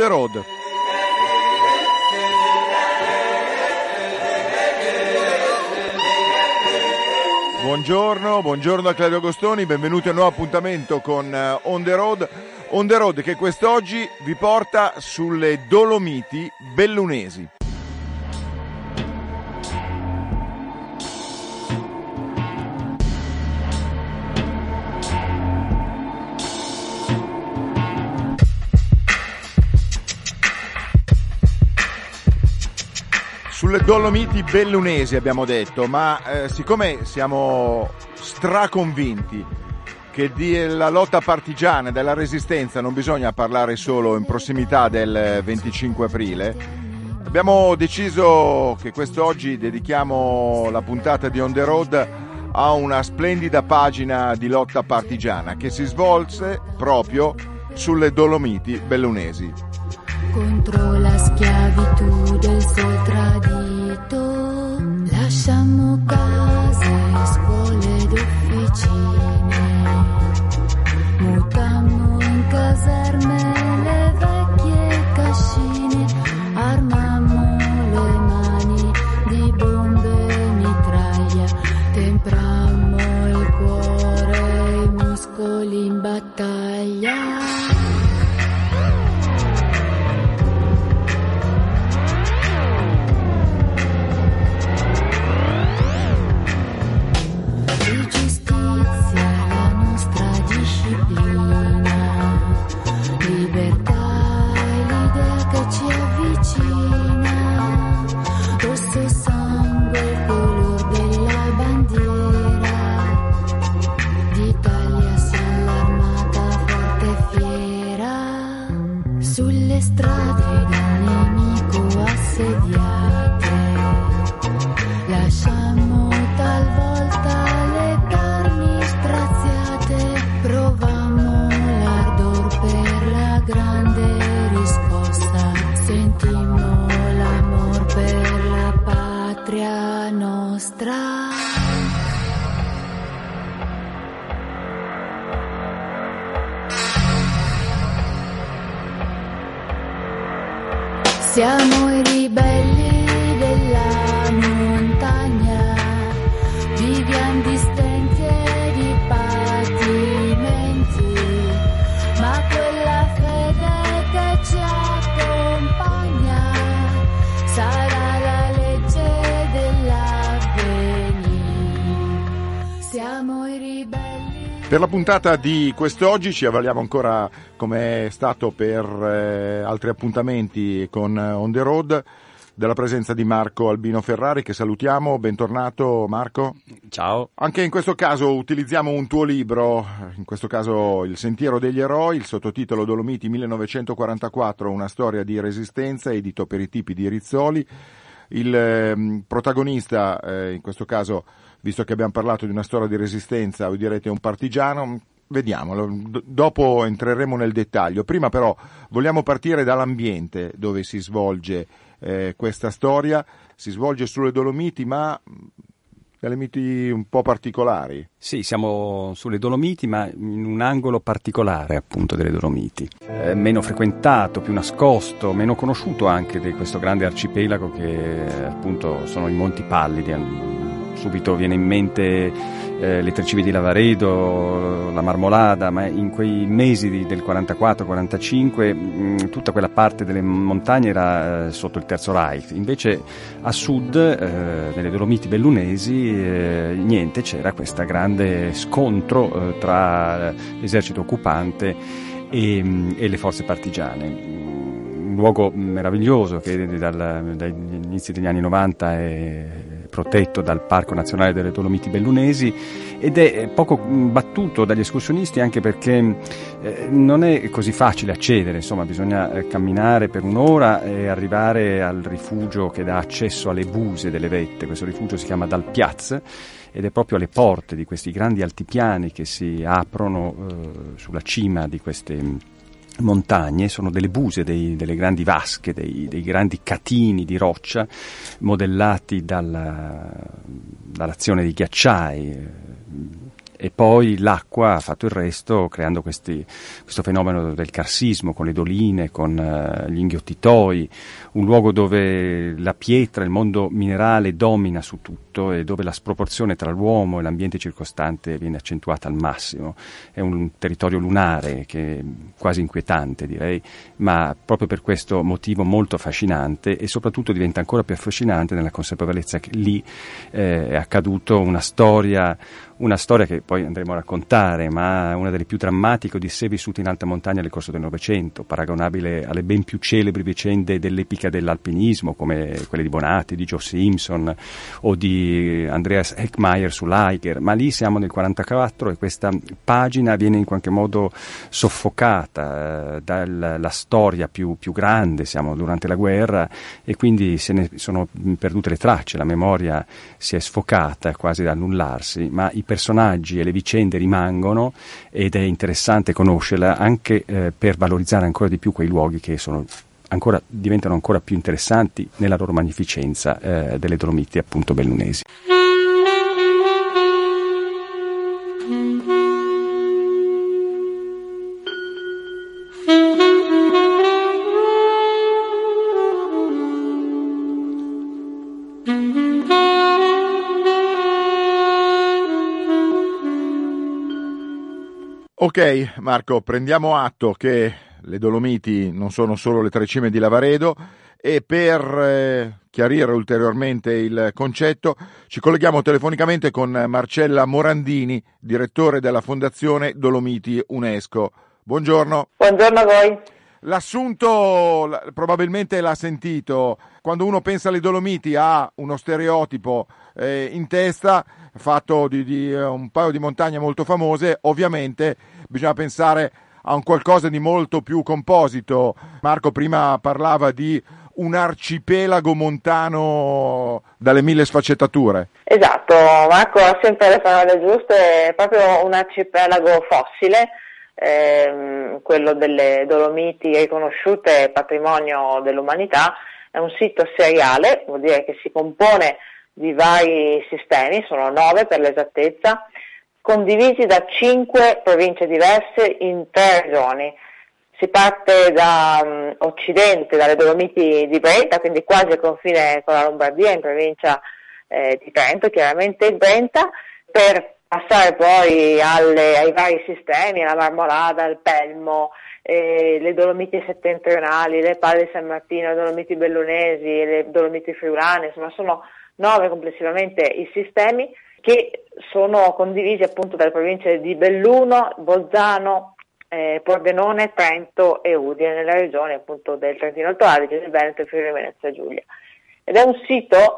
the road. Buongiorno a Claudio Agostoni, benvenuti a un nuovo appuntamento con On the Road che quest'oggi vi porta sulle Dolomiti bellunesi. Sulle Dolomiti bellunesi abbiamo detto, ma siccome siamo straconvinti che della lotta partigiana e della resistenza non bisogna parlare solo in prossimità del 25 aprile, abbiamo deciso che quest'oggi dedichiamo la puntata di On the Road a una splendida pagina di lotta partigiana che si svolse proprio sulle Dolomiti bellunesi. Contro la schiavitù del sol tradito, lasciamo case, scuole ed officine, mutammo in caserme le vecchie cascine, armammo le mani di bombe e mitraglia, temprammo il cuore e i muscoli in battaglia. Siamo i ribelli della montagna, viviamo di stenti e di patimenti, ma quella fede che ci accompagna sarà la legge dell'avvenire. Siamo i ribelli. Per la puntata di quest'oggi ci avvaliamo ancora, come è stato per altri appuntamenti con On the Road, della presenza di Marco Albino Ferrari, che salutiamo. Bentornato Marco. Ciao. Anche in questo caso utilizziamo un tuo libro, in questo caso Il Sentiero degli Eroi, il sottotitolo Dolomiti 1944, una storia di resistenza, edito per i tipi di Rizzoli. Il protagonista, in questo caso, visto che abbiamo parlato di una storia di resistenza, voi direte un partigiano, vediamolo, dopo entreremo nel dettaglio. Prima però vogliamo partire dall'ambiente dove si svolge questa storia. Si svolge sulle Dolomiti, ma delle miti un po' particolari. Sì, siamo sulle Dolomiti, ma in un angolo particolare appunto delle Dolomiti, meno frequentato, più nascosto, meno conosciuto anche di questo grande arcipelago che appunto sono i Monti Pallidi. Subito viene in mente le Tre di Lavaredo, la Marmolada, ma in quei mesi del 44-45 tutta quella parte delle montagne era sotto il Terzo Reich. Invece a sud, nelle Dolomiti bellunesi, niente, c'era questo grande scontro tra l'esercito occupante e le forze partigiane. Un luogo meraviglioso che dagli inizi degli anni 90 è protetto dal Parco Nazionale delle Dolomiti Bellunesi ed è poco battuto dagli escursionisti, anche perché non è così facile accedere, insomma bisogna camminare per un'ora e arrivare al rifugio che dà accesso alle buse delle vette. Questo rifugio si chiama Dal Piaz ed è proprio alle porte di questi grandi altipiani che si aprono sulla cima di queste montagne. Sono delle buse, delle grandi vasche, dei grandi catini di roccia modellati dall'azione dei ghiacciai, e poi l'acqua ha fatto il resto, creando questo fenomeno del karsismo con le doline, con gli inghiottitoi, un luogo dove la pietra, il mondo minerale domina su tutto e dove la sproporzione tra l'uomo e l'ambiente circostante viene accentuata al massimo. È un territorio lunare che è quasi inquietante, direi, ma proprio per questo motivo molto affascinante, e soprattutto diventa ancora più affascinante nella consapevolezza che lì è accaduto una storia che poi andremo a raccontare, ma una delle più drammatiche odissee vissute in alta montagna nel corso del Novecento, paragonabile alle ben più celebri vicende dell'epica dell'alpinismo, come quelle di Bonatti, di Joe Simpson o di Andreas Heckmayer sull'Eiger. Ma lì siamo nel 1944 e questa pagina viene in qualche modo soffocata dalla storia più grande. Siamo durante la guerra e quindi se ne sono perdute le tracce, la memoria si è sfocata quasi ad annullarsi, ma i personaggi e le vicende rimangono, ed è interessante conoscerla anche per valorizzare ancora di più quei luoghi che diventano ancora più interessanti nella loro magnificenza, delle Dolomiti appunto bellunesi. Ok Marco, prendiamo atto che le Dolomiti non sono solo le tre cime di Lavaredo, e per chiarire ulteriormente il concetto ci colleghiamo telefonicamente con Marcella Morandini, direttore della Fondazione Dolomiti UNESCO. Buongiorno. Buongiorno a voi. L'assunto probabilmente l'ha sentito: quando uno pensa alle Dolomiti ha uno stereotipo in testa fatto di un paio di montagne molto famose. Ovviamente bisogna pensare a un qualcosa di molto più composito. Marco prima parlava di un arcipelago montano dalle 1000 sfaccettature. Esatto, Marco ha sempre le parole giuste, è proprio un arcipelago fossile. Quello delle Dolomiti riconosciute patrimonio dell'umanità. È un sito seriale, vuol dire che si compone di vari sistemi, sono 9 per l'esattezza, condivisi da 5 province diverse in 3 regioni. Si parte da occidente, dalle Dolomiti di Brenta, quindi quasi al confine con la Lombardia, in provincia di Trento, chiaramente il Brenta, per passare poi ai vari sistemi, alla Marmolada, al Pelmo, le Dolomiti settentrionali, le Palle di San Martino, le Dolomiti bellunesi, le Dolomiti friulane. Insomma sono 9 complessivamente i sistemi, che sono condivisi appunto dalle province di Belluno, Bolzano, Pordenone, Trento e Udine, nella regione appunto del Trentino Alto Adige, del Veneto e Friuli Venezia Giulia. Ed è un sito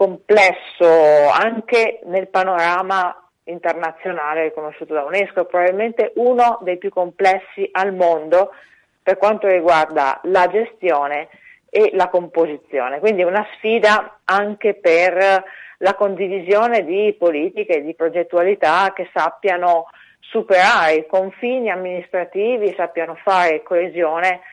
complesso anche nel panorama internazionale riconosciuto da UNESCO, probabilmente uno dei più complessi al mondo per quanto riguarda la gestione e la composizione, quindi una sfida anche per la condivisione di politiche e di progettualità che sappiano superare i confini amministrativi, sappiano fare coesione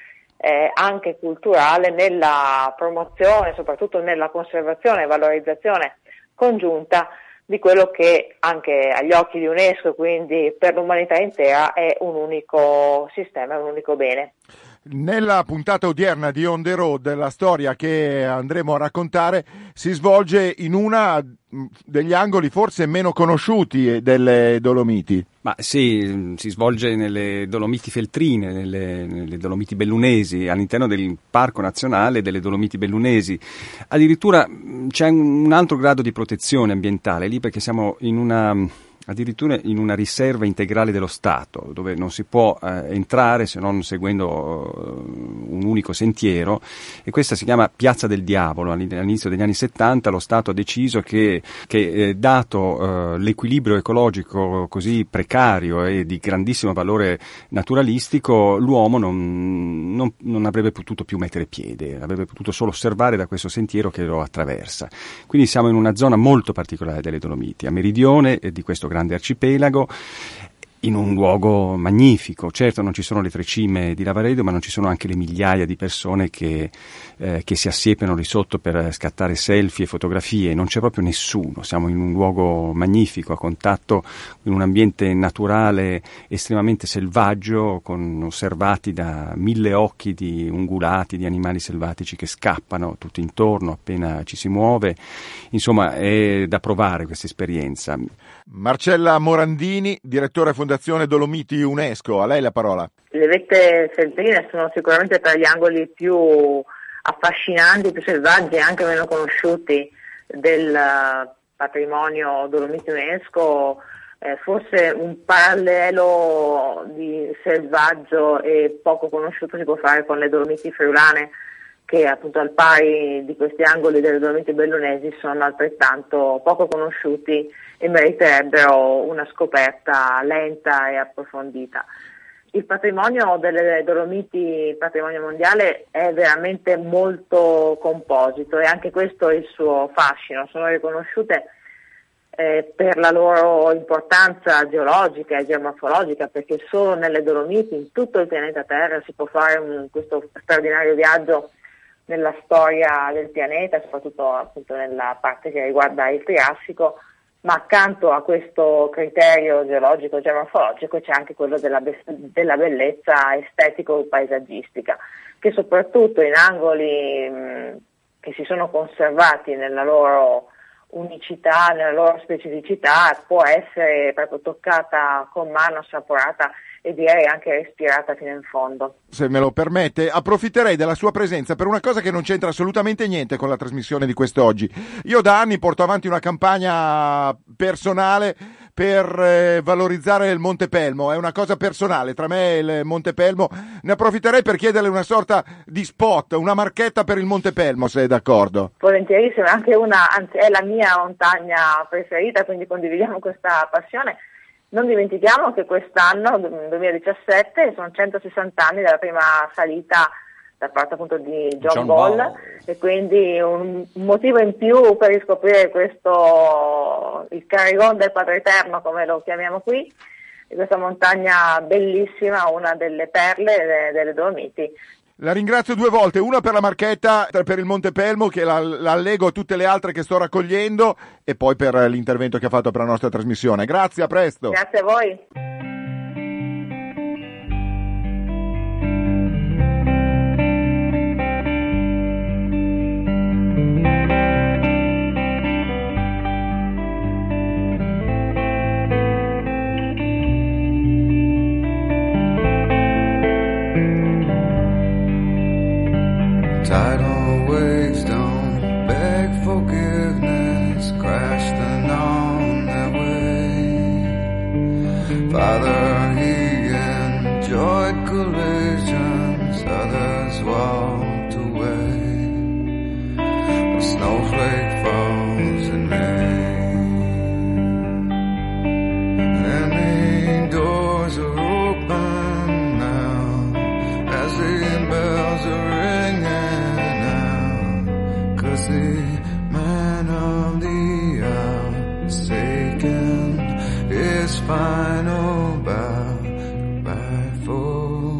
anche culturale nella promozione, soprattutto nella conservazione e valorizzazione congiunta di quello che anche agli occhi di UNESCO, quindi per l'umanità intera, è un unico sistema, un unico bene. Nella puntata odierna di On the Road, la storia che andremo a raccontare si svolge in una degli angoli forse meno conosciuti delle Dolomiti. Ma sì, si svolge nelle Dolomiti Feltrine, nelle Dolomiti Bellunesi, all'interno del Parco Nazionale delle Dolomiti Bellunesi. Addirittura c'è un altro grado di protezione ambientale lì, perché siamo addirittura in una riserva integrale dello Stato, dove non si può entrare se non seguendo un unico sentiero, e questa si chiama Piazza del Diavolo. All'inizio degli anni 70 lo Stato ha deciso che dato l'equilibrio ecologico così precario e di grandissimo valore naturalistico, l'uomo non avrebbe potuto più mettere piede, avrebbe potuto solo osservare da questo sentiero che lo attraversa. Quindi siamo in una zona molto particolare delle Dolomiti, a meridione di questo grande arcipelago, in un luogo magnifico. Certo, non ci sono le 3 cime di Lavaredo, ma non ci sono anche le migliaia di persone che si assiepiano lì sotto per scattare selfie e fotografie. Non c'è proprio nessuno, siamo in un luogo magnifico, a contatto in un ambiente naturale estremamente selvaggio, osservati da 1000 occhi di ungulati, di animali selvatici che scappano tutto intorno appena ci si muove. Insomma, è da provare questa esperienza. Marcella Morandini, direttore Fondazione Dolomiti UNESCO, a lei la parola. Le vette seltrine sono sicuramente tra gli angoli più affascinanti, più selvaggi e anche meno conosciuti del patrimonio Dolomiti UNESCO. Forse un parallelo di selvaggio e poco conosciuto si può fare con le Dolomiti friulane, che appunto al pari di questi angoli delle Dolomiti bellunesi sono altrettanto poco conosciuti e meriterebbero una scoperta lenta e approfondita. Il patrimonio delle Dolomiti, il patrimonio mondiale, è veramente molto composito e anche questo è il suo fascino. Sono riconosciute per la loro importanza geologica e geomorfologica, perché solo nelle Dolomiti, in tutto il pianeta Terra, si può fare questo straordinario viaggio nella storia del pianeta, soprattutto appunto nella parte che riguarda il Triassico, ma accanto a questo criterio geologico geomorfologico c'è anche quello della bellezza estetico-paesaggistica, che soprattutto in angoli che si sono conservati nella loro unicità, nella loro specificità, può essere proprio toccata con mano, assaporata e direi anche respirata fino in fondo. Se me lo permette, approfitterei della sua presenza per una cosa che non c'entra assolutamente niente con la trasmissione di quest'oggi. Io da anni porto avanti una campagna personale per valorizzare il Monte Pelmo, è una cosa personale tra me e il Monte Pelmo. Ne approfitterei per chiederle una sorta di spot, una marchetta per il Monte Pelmo, se è d'accordo. Volentierissimo, anche anzi è la mia montagna preferita, quindi condividiamo questa passione. Non dimentichiamo che quest'anno, 2017, sono 160 anni dalla prima salita da parte appunto di John Ball, e quindi un motivo in più per riscoprire il Carillon del Padre Eterno, come lo chiamiamo qui, di questa montagna bellissima, una delle perle delle Dolomiti. La ringrazio 2 volte, una per la marchetta per il Monte Pelmo, che la allego a tutte le altre che sto raccogliendo, e poi per l'intervento che ha fatto per la nostra trasmissione. Grazie, a presto. Grazie a voi. Tidal waves don't beg forgiveness, crashing on their way. Father, he enjoyed collisions, others walked away. A snowflake falls in rain. Any doors are open now as the bells are ringing. The man of the hour has taken his final bow. Goodbye for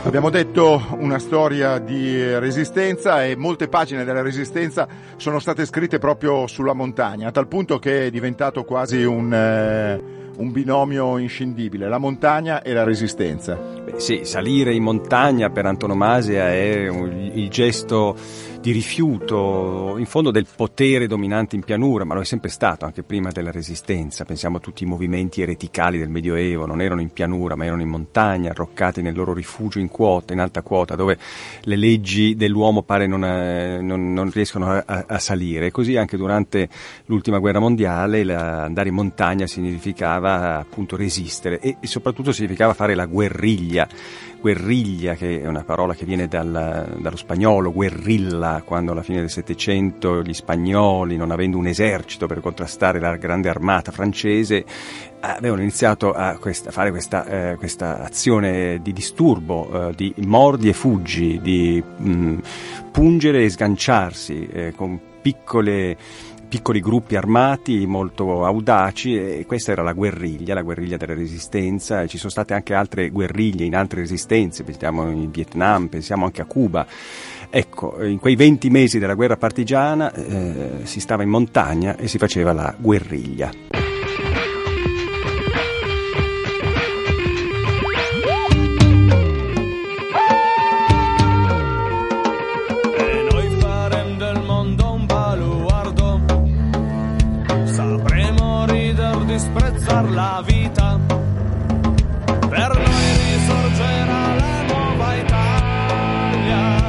Abbiamo detto una storia di resistenza e molte pagine della resistenza sono state scritte proprio sulla montagna, a tal punto che è diventato quasi un binomio inscindibile, la montagna e la resistenza. Beh, sì, salire in montagna per antonomasia è il gesto di rifiuto, in fondo, del potere dominante in pianura, ma lo è sempre stato anche prima della resistenza. Pensiamo a tutti i movimenti ereticali del Medioevo, non erano in pianura ma erano in montagna, arroccati nel loro rifugio in quota, in alta quota, dove le leggi dell'uomo pare non riescono a salire. E così anche durante l'ultima guerra mondiale andare in montagna significava appunto resistere e soprattutto significava fare la guerriglia, che è una parola che viene dallo spagnolo guerrilla, quando alla fine del Settecento gli spagnoli, non avendo un esercito per contrastare la grande armata francese, avevano iniziato a fare questa azione di disturbo, di mordi e fuggi, di pungere e sganciarsi con piccoli gruppi armati molto audaci, e questa era la guerriglia della resistenza. E ci sono state anche altre guerriglie in altre resistenze, pensiamo in Vietnam, pensiamo anche a Cuba. Ecco, in quei 20 mesi della guerra partigiana si stava in montagna e si faceva la guerriglia. Disprezzar la vita, per noi risorgerà la nuova Italia,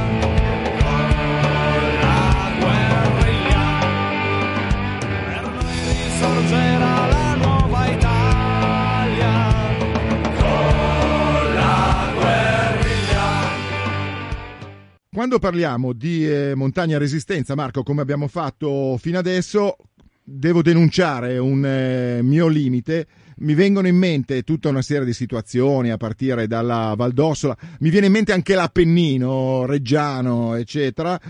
con la guerriglia, per noi risorgerà la nuova Italia, con la guerriglia. Quando parliamo di montagna resistenza, Marco, come abbiamo fatto fino adesso, devo denunciare un mio limite. Mi vengono in mente tutta una serie di situazioni a partire dalla Val d'Ossola, mi viene in mente anche l'Appennino, Reggiano, eccetera.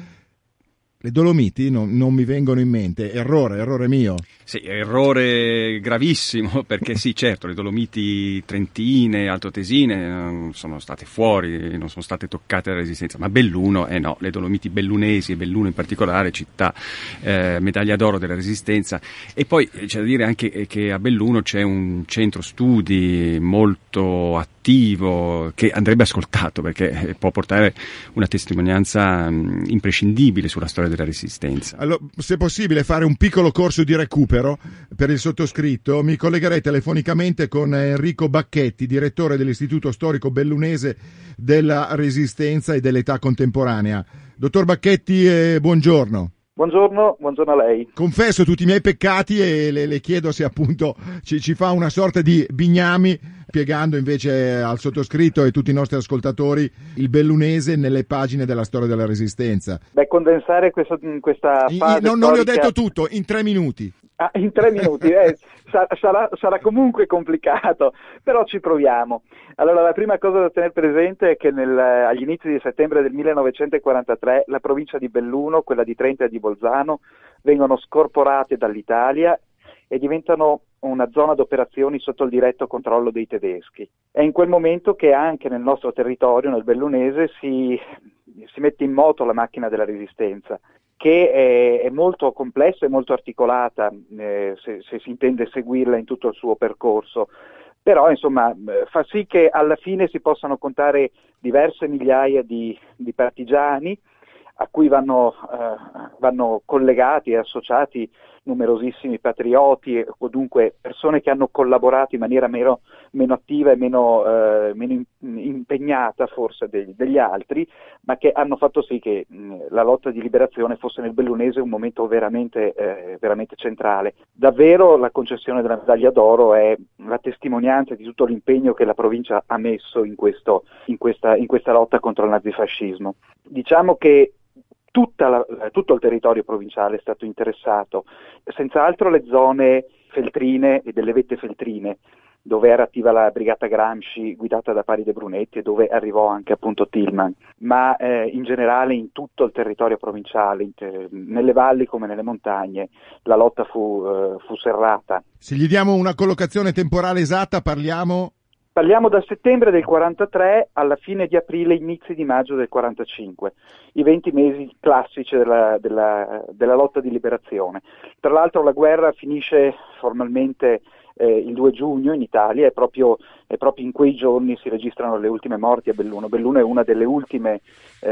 Le Dolomiti non mi vengono in mente. Errore mio. Sì, errore gravissimo, perché sì, certo, le Dolomiti trentine, altoatesine sono state fuori, non sono state toccate dalla resistenza, ma Belluno, no, le Dolomiti bellunesi, e Belluno in particolare, città medaglia d'oro della resistenza. E poi c'è da dire anche che a Belluno c'è un centro studi molto attivo che andrebbe ascoltato, perché può portare una testimonianza imprescindibile sulla storia della resistenza. Allora, se possibile, fare un piccolo corso di recupero per il sottoscritto. Mi collegherei telefonicamente con Enrico Bacchetti, direttore dell'Istituto Storico Bellunese della Resistenza e dell'Età Contemporanea. Dottor Bacchetti, buongiorno. Buongiorno a lei. Confesso tutti i miei peccati e le chiedo se appunto ci fa una sorta di bignami, spiegando invece al sottoscritto e tutti i nostri ascoltatori il bellunese nelle pagine della storia della Resistenza. Beh, condensare questa fase non le ho detto tutto, in 3 minuti. Ah, in 3 minuti, sarà comunque complicato, però ci proviamo. Allora, la prima cosa da tenere presente è che agli inizi di settembre del 1943 la provincia di Belluno, quella di Trento e di Bolzano, vengono scorporate dall'Italia e diventano una zona d'operazioni sotto il diretto controllo dei tedeschi. È in quel momento che anche nel nostro territorio, nel bellunese, si mette in moto la macchina della resistenza, che è molto complessa e molto articolata se si intende seguirla in tutto il suo percorso. Però insomma fa sì che alla fine si possano contare diverse migliaia di partigiani a cui vanno collegati e associati numerosissimi patrioti o dunque persone che hanno collaborato in maniera meno attiva e meno impegnata forse degli altri, ma che hanno fatto sì che la lotta di liberazione fosse nel bellunese un momento veramente centrale. Davvero la concessione della medaglia d'oro è la testimonianza di tutto l'impegno che la provincia ha messo in questa lotta contro il nazifascismo. Diciamo che tutto il territorio provinciale è stato interessato, senz'altro le zone feltrine e delle vette feltrine, dove era attiva la brigata Gramsci guidata da Paride Brunetti e dove arrivò anche appunto Tillman, ma in generale in tutto il territorio provinciale, nelle valli come nelle montagne, la lotta fu serrata. Se gli diamo una collocazione temporale esatta, parliamo Parliamo dal settembre del 43 alla fine di aprile, inizi di maggio del 45, i 20 mesi classici della lotta di liberazione. Tra l'altro la guerra finisce formalmente il 2 giugno in Italia e proprio in quei giorni si registrano le ultime morti a Belluno. Belluno è una delle ultime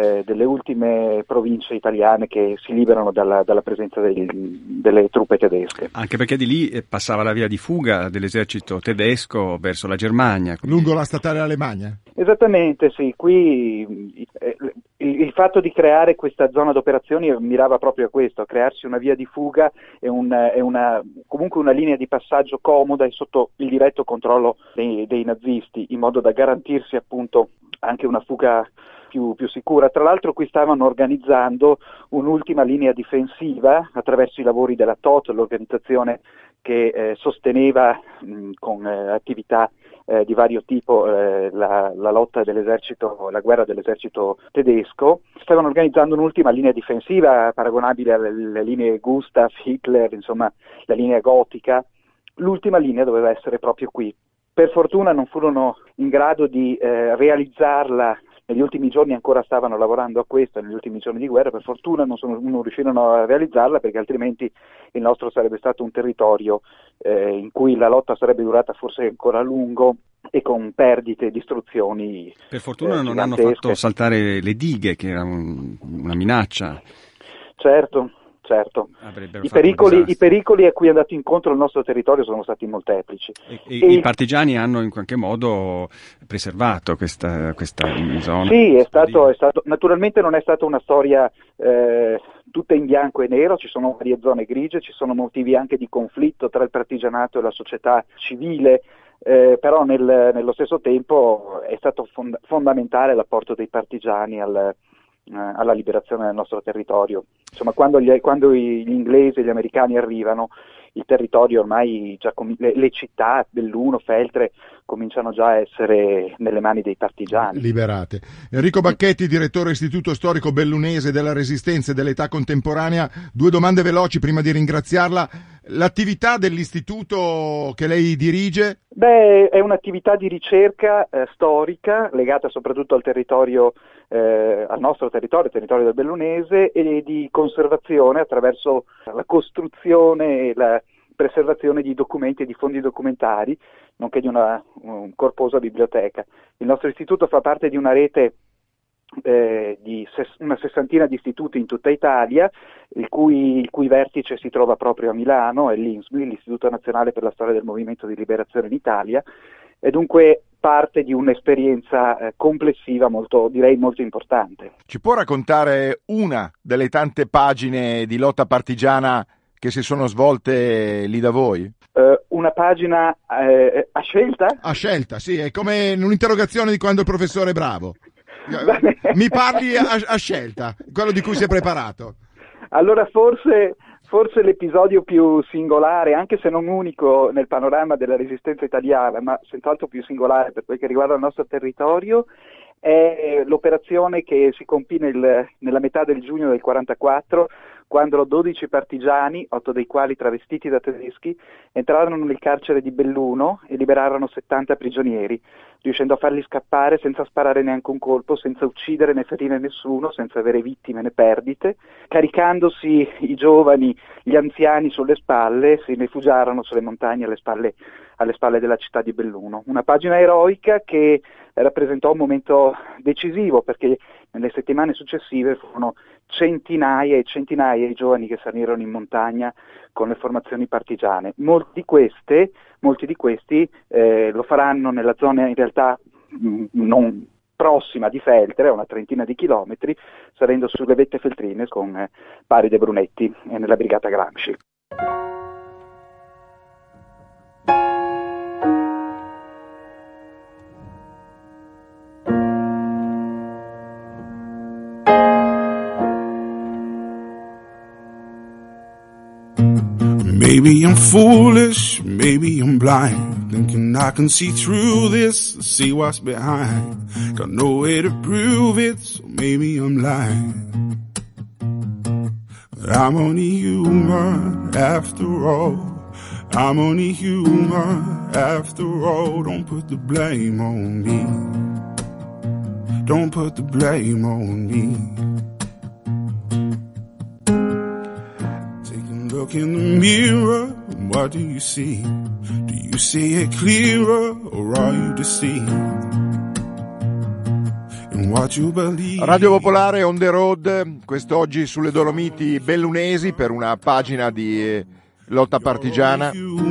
province italiane che si liberano dalla presenza delle truppe tedesche. Anche perché di lì passava la via di fuga dell'esercito tedesco verso la Germania. Lungo la statale Alemagna? Esattamente, sì. Qui il fatto di creare questa zona d'operazioni mirava proprio a questo, a crearsi una via di fuga e comunque una linea di passaggio comoda e sotto il diretto controllo dei nazisti, in modo da garantirsi appunto anche una fuga più sicura. Tra l'altro qui stavano organizzando un'ultima linea difensiva attraverso i lavori della TOT, l'organizzazione che sosteneva con attività di vario tipo la lotta dell'esercito, la guerra dell'esercito tedesco. Stavano organizzando un'ultima linea difensiva paragonabile alle linee Gustav, Hitler, insomma la linea gotica. L'ultima linea doveva essere proprio qui. Per fortuna non furono in grado di realizzarla. Negli ultimi giorni ancora stavano lavorando a questo, negli ultimi giorni di guerra, per fortuna non riuscirono a realizzarla, perché altrimenti il nostro sarebbe stato un territorio in cui la lotta sarebbe durata forse ancora a lungo e con perdite e distruzioni. Per fortuna non hanno fatto saltare le dighe, che era una minaccia. Certo. I pericoli a cui è andato incontro il nostro territorio sono stati molteplici. E i partigiani hanno in qualche modo preservato questa zona? Sì, è stato, naturalmente non è stata una storia tutta in bianco e nero, ci sono varie zone grigie, ci sono motivi anche di conflitto tra il partigianato e la società civile, però nello stesso tempo è stato fondamentale l'apporto dei partigiani alla liberazione del nostro territorio. Insomma, quando gli inglesi e gli americani arrivano, il territorio ormai le città, Belluno, Feltre, cominciano già a essere nelle mani dei partigiani. Liberate. Enrico Bacchetti, direttore Istituto Storico Bellunese della Resistenza e dell'Età Contemporanea. 2 domande veloci prima di ringraziarla. L'attività dell'istituto che lei dirige? È un'attività di ricerca storica legata soprattutto al territorio, al nostro territorio del Bellunese, e di conservazione attraverso la costruzione e la preservazione di documenti e di fondi documentari, nonché di una corposa biblioteca. Il nostro istituto fa parte di una rete di una sessantina di istituti in tutta Italia, il cui vertice si trova proprio a Milano, è l'INSMI, l'Istituto Nazionale per la Storia del Movimento di Liberazione in Italia, e dunque parte di un'esperienza complessiva molto importante. Ci può raccontare una delle tante pagine di lotta partigiana che si sono svolte lì da voi? Una pagina a scelta? A scelta, sì, è come un'interrogazione di quando il professore è bravo. Mi parli a scelta, quello di cui si è preparato. Allora forse l'episodio più singolare, anche se non unico nel panorama della resistenza italiana, ma senz'altro più singolare per quel che riguarda il nostro territorio, è l'operazione che si compì nella metà del giugno del 44, quando 12 partigiani, 8 dei quali travestiti da tedeschi, entrarono nel carcere di Belluno e liberarono 70 prigionieri, riuscendo a farli scappare senza sparare neanche un colpo, senza uccidere né ferire nessuno, senza avere vittime né perdite. Caricandosi i giovani, gli anziani sulle spalle, si rifugiarono sulle montagne alle spalle della città di Belluno. Una pagina eroica che rappresentò un momento decisivo, perché nelle settimane successive furono centinaia e centinaia di giovani che salirono in montagna con le formazioni partigiane. Molti di questi lo faranno nella zona in realtà non prossima di Feltre, a una trentina di chilometri, salendo sulle vette feltrine con Paride Brunetti e nella brigata Gramsci. Maybe I'm foolish, maybe I'm blind, thinking I can see through this, see what's behind. Got no way to prove it, so maybe I'm lying. But I'm only human after all. I'm only human after all. Don't put the blame on me. Don't put the blame on me. Take a look in the mirror. What do you see? Do you see it clearer or are you deceived? In what you believe? Radio Popolare on the road, quest'oggi sulle Dolomiti bellunesi per una pagina di lotta partigiana.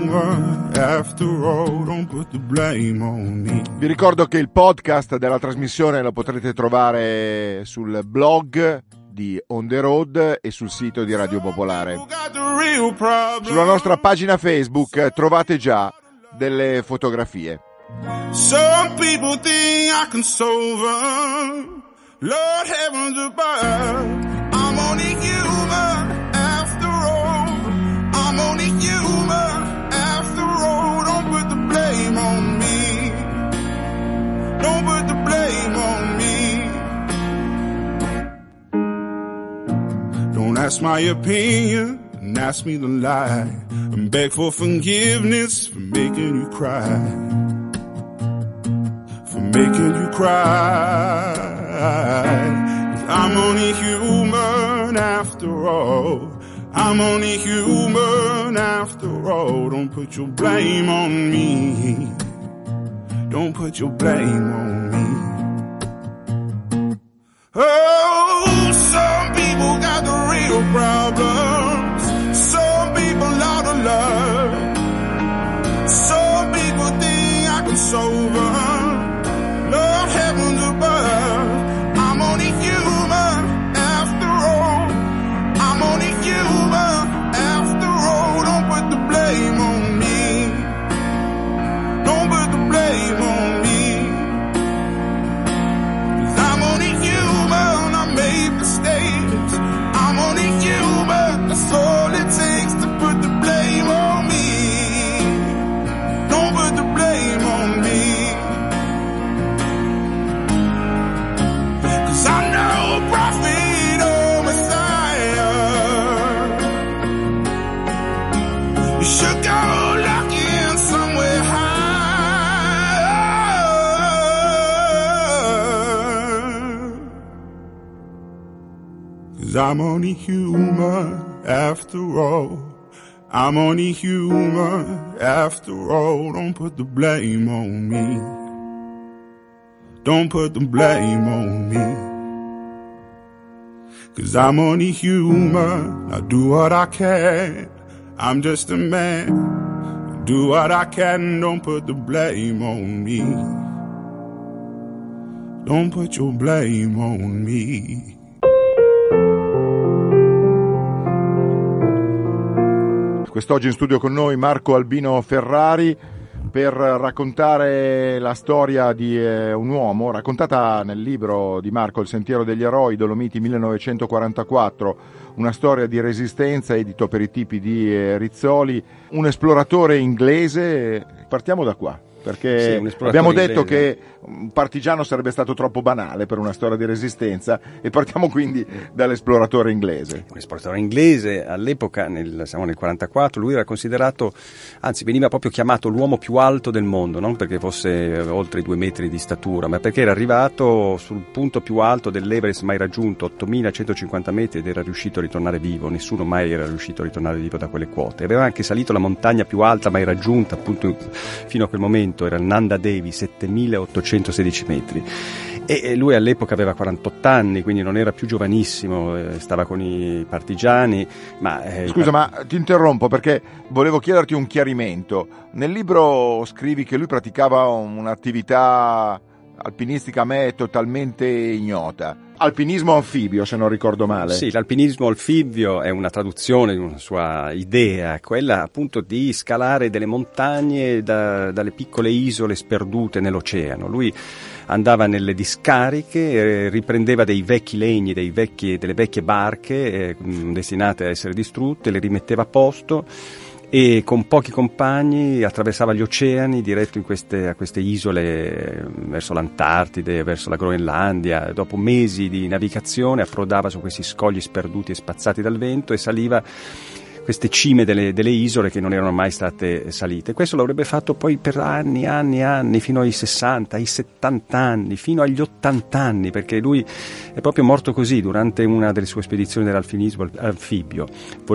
Vi ricordo che il podcast della trasmissione lo potrete trovare sul blog di On The Road e sul sito di Radio Popolare. Sulla nostra pagina Facebook trovate già delle fotografie. Some people think I can solve them. Lord heavens above, I'm only human after all. I'm only human after all. Don't put the blame on me. Don't put the blame on me. Don't ask my opinion and ask me to lie and beg for forgiveness for making you cry. For making you cry. 'Cause I'm only human after all. I'm only human after all. Don't put your blame on me. Don't put your blame on me. Oh, some people got the real problems. Some people out of love. Some people think I can solve them. Lord heavens above, I'm only human after all. I'm only human after all. Don't put the blame on me. Don't put the blame on me. 'Cause I'm only human, I made mistakes. I'm only human, that's all it takes to put the blame on me. Don't put the blame on me. I know prophet or Messiah. You should go looking somewhere high. 'Cause I'm only human after all. I'm only human after all. Don't put the blame on me. Don't put the blame on me. 'Cause I'm only human, I do what I can. I'm just a man, I do what I can. Don't put the blame on me. Don't put your blame on me. Quest'oggi in studio con noi Marco Albino Ferrari per raccontare la storia di un uomo, raccontata nel libro di Marco Il sentiero degli eroi, Dolomiti 1944, una storia di resistenza edito per i tipi di Rizzoli, un esploratore inglese. Partiamo da qua, perché sì, abbiamo detto che un partigiano sarebbe stato troppo banale per una storia di resistenza e partiamo quindi dall'esploratore inglese. Un esploratore inglese all'epoca, siamo nel 44, lui era considerato, anzi veniva proprio chiamato l'uomo più alto del mondo, non perché fosse oltre i 2 metri di statura, ma perché era arrivato sul punto più alto dell'Everest mai raggiunto, 8.150 metri, ed era riuscito a ritornare vivo. Nessuno mai era riuscito a ritornare vivo da quelle quote. Aveva anche salito la montagna più alta mai raggiunta, appunto fino a quel momento, era il Nanda Devi, 7.816 metri, e lui all'epoca aveva 48 anni, quindi non era più giovanissimo, stava con i partigiani. Scusa, ma ti interrompo perché volevo chiederti un chiarimento. Nel libro scrivi che lui praticava un'attività alpinistica a me totalmente ignota. Alpinismo anfibio, se non ricordo male. Sì, l'alpinismo anfibio è una traduzione di una sua idea, quella appunto di scalare delle montagne dalle piccole isole sperdute nell'oceano. Lui andava nelle discariche, riprendeva dei vecchi legni, delle vecchie barche destinate a essere distrutte, le rimetteva a posto e con pochi compagni attraversava gli oceani diretto a queste isole verso l'Antartide, verso la Groenlandia. Dopo mesi di navigazione approdava su questi scogli sperduti e spazzati dal vento e saliva queste cime delle isole che non erano mai state salite. Questo l'avrebbe fatto poi per anni, fino ai 60, ai 70 anni, fino agli 80 anni, perché lui è proprio morto così durante una delle sue spedizioni dell'alpinismo anfibio.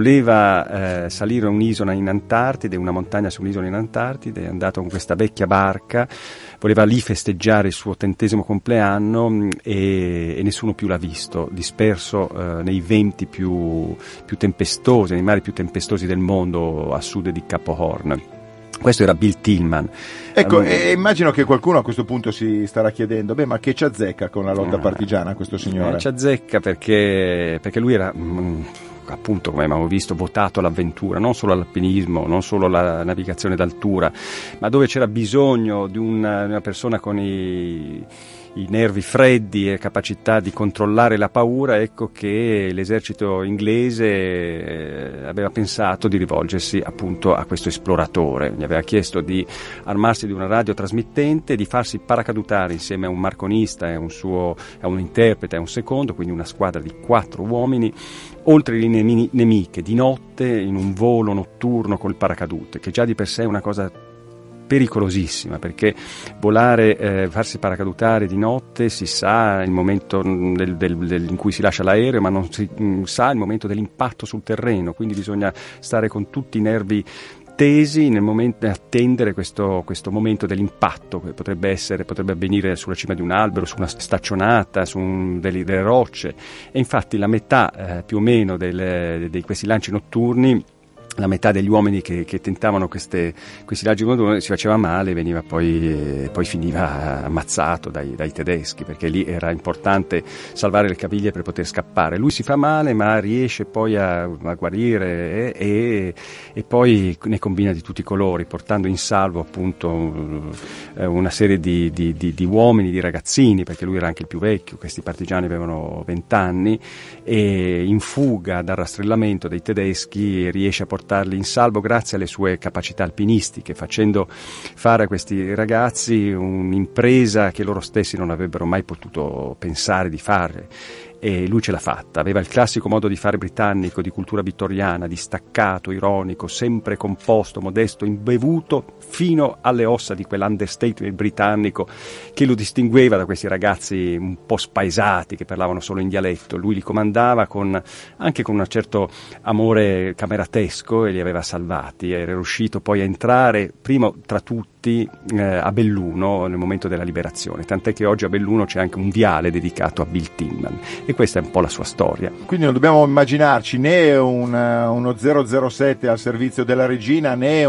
Voleva salire un'isola in Antartide, una montagna su un'isola in Antartide, è andato con questa vecchia barca, voleva lì festeggiare il suo 80° compleanno e nessuno più l'ha visto, disperso nei venti più tempestosi, nei mari più tempestosi del mondo a sud di Capo Horn. Questo era Bill Tillman. Ecco, immagino che qualcuno a questo punto si starà chiedendo, ma che ci azzecca con la lotta partigiana questo signore? Ci azzecca perché lui era... appunto, come abbiamo visto, votato all'avventura, non solo all'alpinismo, non solo alla navigazione d'altura, ma dove c'era bisogno di una persona con i nervi freddi e capacità di controllare la paura, ecco che l'esercito inglese aveva pensato di rivolgersi appunto a questo esploratore. Gli aveva chiesto di armarsi di una radiotrasmittente, di farsi paracadutare insieme a un marconista e a un interprete e a un secondo, quindi una squadra di 4 uomini, oltre le linee nemiche, di notte, in un volo notturno col paracadute, che già di per sé è una cosa pericolosissima, perché volare, farsi paracadutare di notte, si sa il momento in cui si lascia l'aereo, ma non si sa il momento dell'impatto sul terreno, quindi bisogna stare con tutti i nervi tesi nel momento di attendere questo momento dell'impatto, che potrebbe avvenire sulla cima di un albero, su una staccionata, su delle rocce, e infatti la metà più o meno di questi lanci notturni, la metà degli uomini che tentavano questi raggi notturni si faceva male, veniva poi finiva ammazzato dai tedeschi, perché lì era importante salvare le caviglie per poter scappare. Lui si fa male, ma riesce poi a guarire e poi ne combina di tutti i colori, portando in salvo appunto una serie di uomini, di ragazzini, perché lui era anche il più vecchio, questi partigiani avevano 20 anni, e in fuga dal rastrellamento dei tedeschi riesce a portarli in salvo grazie alle sue capacità alpinistiche, facendo fare a questi ragazzi un'impresa che loro stessi non avrebbero mai potuto pensare di fare. E lui ce l'ha fatta. Aveva il classico modo di fare britannico, di cultura vittoriana, distaccato, ironico, sempre composto, modesto, imbevuto fino alle ossa di quell'understatement britannico che lo distingueva da questi ragazzi un po' spaesati che parlavano solo in dialetto. Lui li comandava anche con un certo amore cameratesco e li aveva salvati. Era riuscito poi a entrare primo tra tutti a Belluno nel momento della liberazione, tant'è che oggi a Belluno c'è anche un viale dedicato a Bill Tillman, e questa è un po' la sua storia. Quindi non dobbiamo immaginarci né uno 007 al servizio della regina, né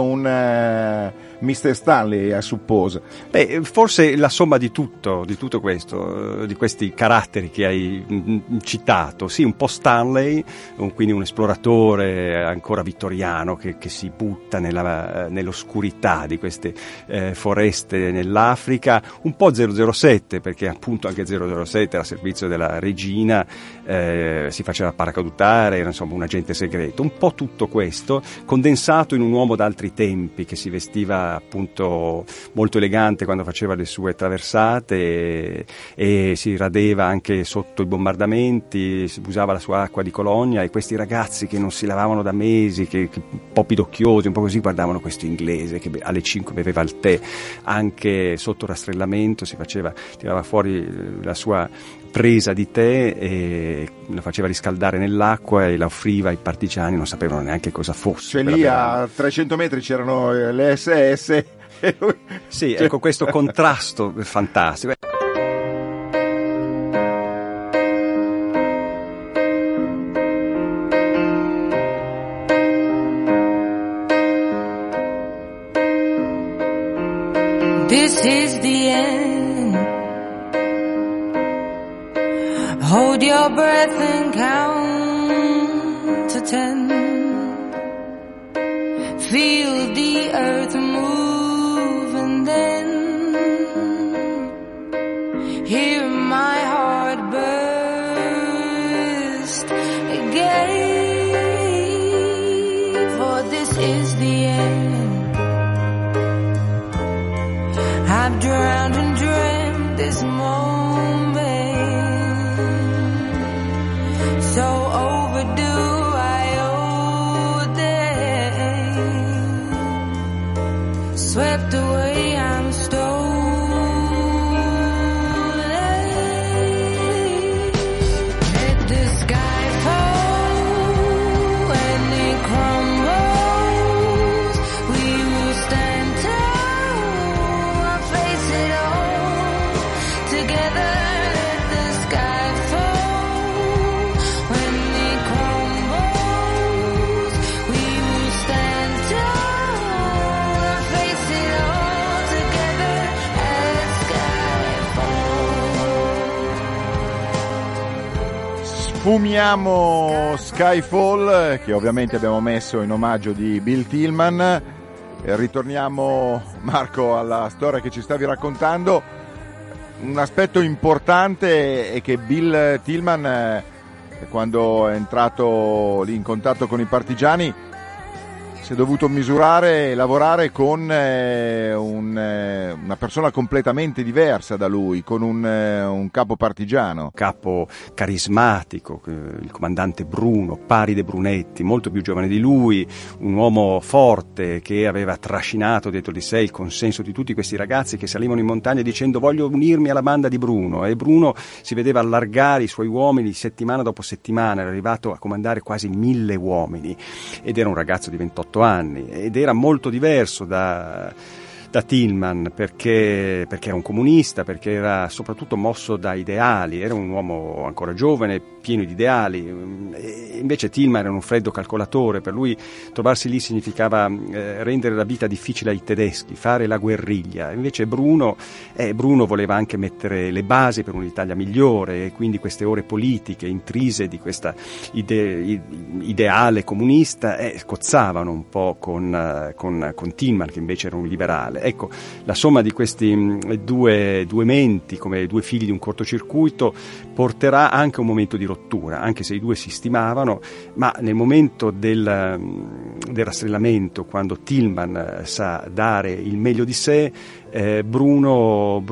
un Mr. Stanley, I suppose. Forse la somma di tutto questo, di questi caratteri che hai citato. Sì, un po' Stanley, quindi un esploratore ancora vittoriano che si butta nell'oscurità di queste foreste nell'Africa, un po' 007, perché appunto anche 007 era a servizio della regina, si faceva paracadutare, era insomma un agente segreto, un po' tutto questo condensato in un uomo d'altri tempi che si vestiva appunto molto elegante quando faceva le sue traversate e si radeva anche sotto i bombardamenti, usava la sua acqua di Cologna, e questi ragazzi che non si lavavano da mesi, che un po' pidocchiosi, un po' così, guardavano questo inglese che alle 5 beveva il tè, anche sotto rastrellamento tirava fuori la sua presa di tè e la faceva riscaldare nell'acqua e la offriva ai partigiani, non sapevano neanche cosa fosse. Cioè lì a 300 metri c'erano le SS e lui... Sì, ecco questo contrasto fantastico. This is the end. Hold your breath and count to 10. Feel the earth move and then hear my heart burst again. For this is the end. I've drowned and dreamt this moment, so overdue I owe them. Sfumiamo Skyfall, che ovviamente abbiamo messo in omaggio di Bill Tillman. Ritorniamo, Marco, alla storia che ci stavi raccontando. Un aspetto importante è che Bill Tillman, quando è entrato lì in contatto con i partigiani, si è dovuto misurare e lavorare con una persona completamente diversa da lui, con un capo partigiano. Capo carismatico, il comandante Bruno, pari dei Brunetti, molto più giovane di lui, un uomo forte che aveva trascinato dietro di sé il consenso di tutti questi ragazzi che salivano in montagna dicendo voglio unirmi alla banda di Bruno, e Bruno si vedeva allargare i suoi uomini settimana dopo settimana, era arrivato a comandare quasi 1000 uomini ed era un ragazzo di 28 anni ed era molto diverso da Tillman perché era un comunista, perché era soprattutto mosso da ideali, era un uomo ancora giovane, pieno di ideali, e invece Tillman era un freddo calcolatore, per lui trovarsi lì significava rendere la vita difficile ai tedeschi, fare la guerriglia. Invece Bruno voleva anche mettere le basi per un'Italia migliore, e quindi queste ore politiche intrise di questa ideale comunista scozzavano un po' con Tillman, che invece era un liberale. Ecco, la somma di questi due menti, come due figli di un cortocircuito, porterà anche a un momento di rottura, anche se i due si stimavano, ma nel momento del rastrellamento, quando Tillman sa dare il meglio di sé, Bruno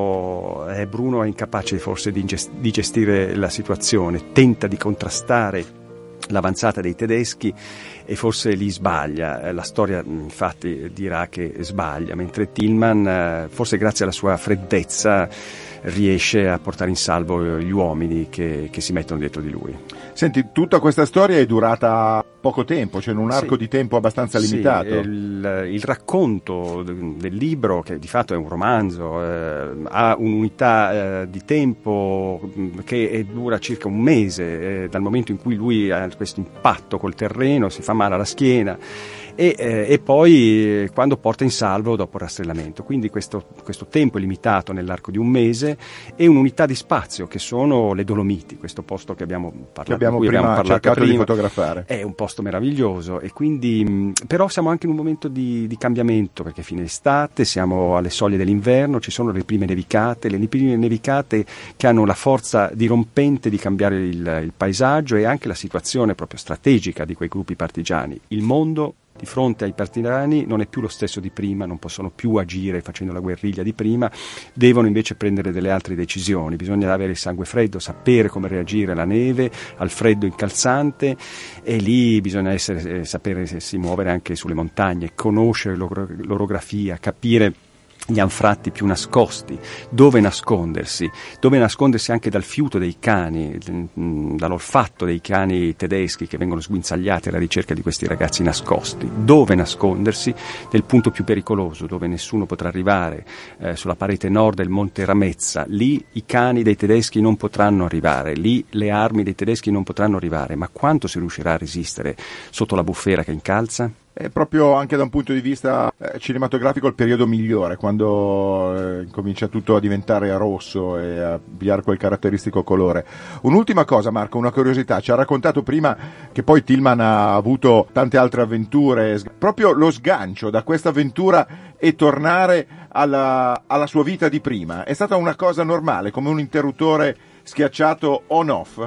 è incapace forse di gestire la situazione, tenta di contrastare l'avanzata dei tedeschi e forse lì sbaglia. La storia infatti dirà che sbaglia, mentre Tillman, forse grazie alla sua freddezza, riesce a portare in salvo gli uomini che si mettono dietro di lui. Senti, tutta questa storia è durata poco tempo, cioè in un arco di tempo abbastanza limitato. Il racconto del libro, che di fatto è un romanzo, ha un'unità di tempo che dura circa un mese, dal momento in cui lui ha questo impatto col terreno, si fa male alla schiena, e poi quando porta in salvo dopo il rastrellamento. Quindi questo tempo è limitato nell'arco di un mese, e un'unità di spazio che sono le Dolomiti, questo posto che abbiamo parlato cercato prima, di fotografare. È un posto meraviglioso, e quindi però siamo anche in un momento di cambiamento, perché è fine estate, siamo alle soglie dell'inverno, ci sono le prime nevicate che hanno la forza dirompente di cambiare il paesaggio e anche la situazione proprio strategica di quei gruppi partigiani. Il mondo di fronte ai partigiani non è più lo stesso di prima, non possono più agire facendo la guerriglia di prima, devono invece prendere delle altre decisioni, bisogna avere il sangue freddo, sapere come reagire alla neve, al freddo incalzante, e lì bisogna sapere si muovere anche sulle montagne, conoscere l'orografia, capire gli anfratti più nascosti, dove nascondersi anche dal fiuto dei cani, dall'olfatto dei cani tedeschi che vengono sguinzagliati alla ricerca di questi ragazzi nascosti, dove nascondersi nel punto più pericoloso, dove nessuno potrà arrivare, sulla parete nord del Monte Ramezza. Lì i cani dei tedeschi non potranno arrivare, lì le armi dei tedeschi non potranno arrivare, ma quanto si riuscirà a resistere sotto la bufera che incalza? È proprio anche da un punto di vista cinematografico il periodo migliore, quando comincia tutto a diventare rosso e a pigliare quel caratteristico colore. Un'ultima cosa, Marco, una curiosità: ci ha raccontato prima che poi Tillman ha avuto tante altre avventure, proprio lo sgancio da questa avventura e tornare alla sua vita di prima è stata una cosa normale, come un interruttore schiacciato on-off?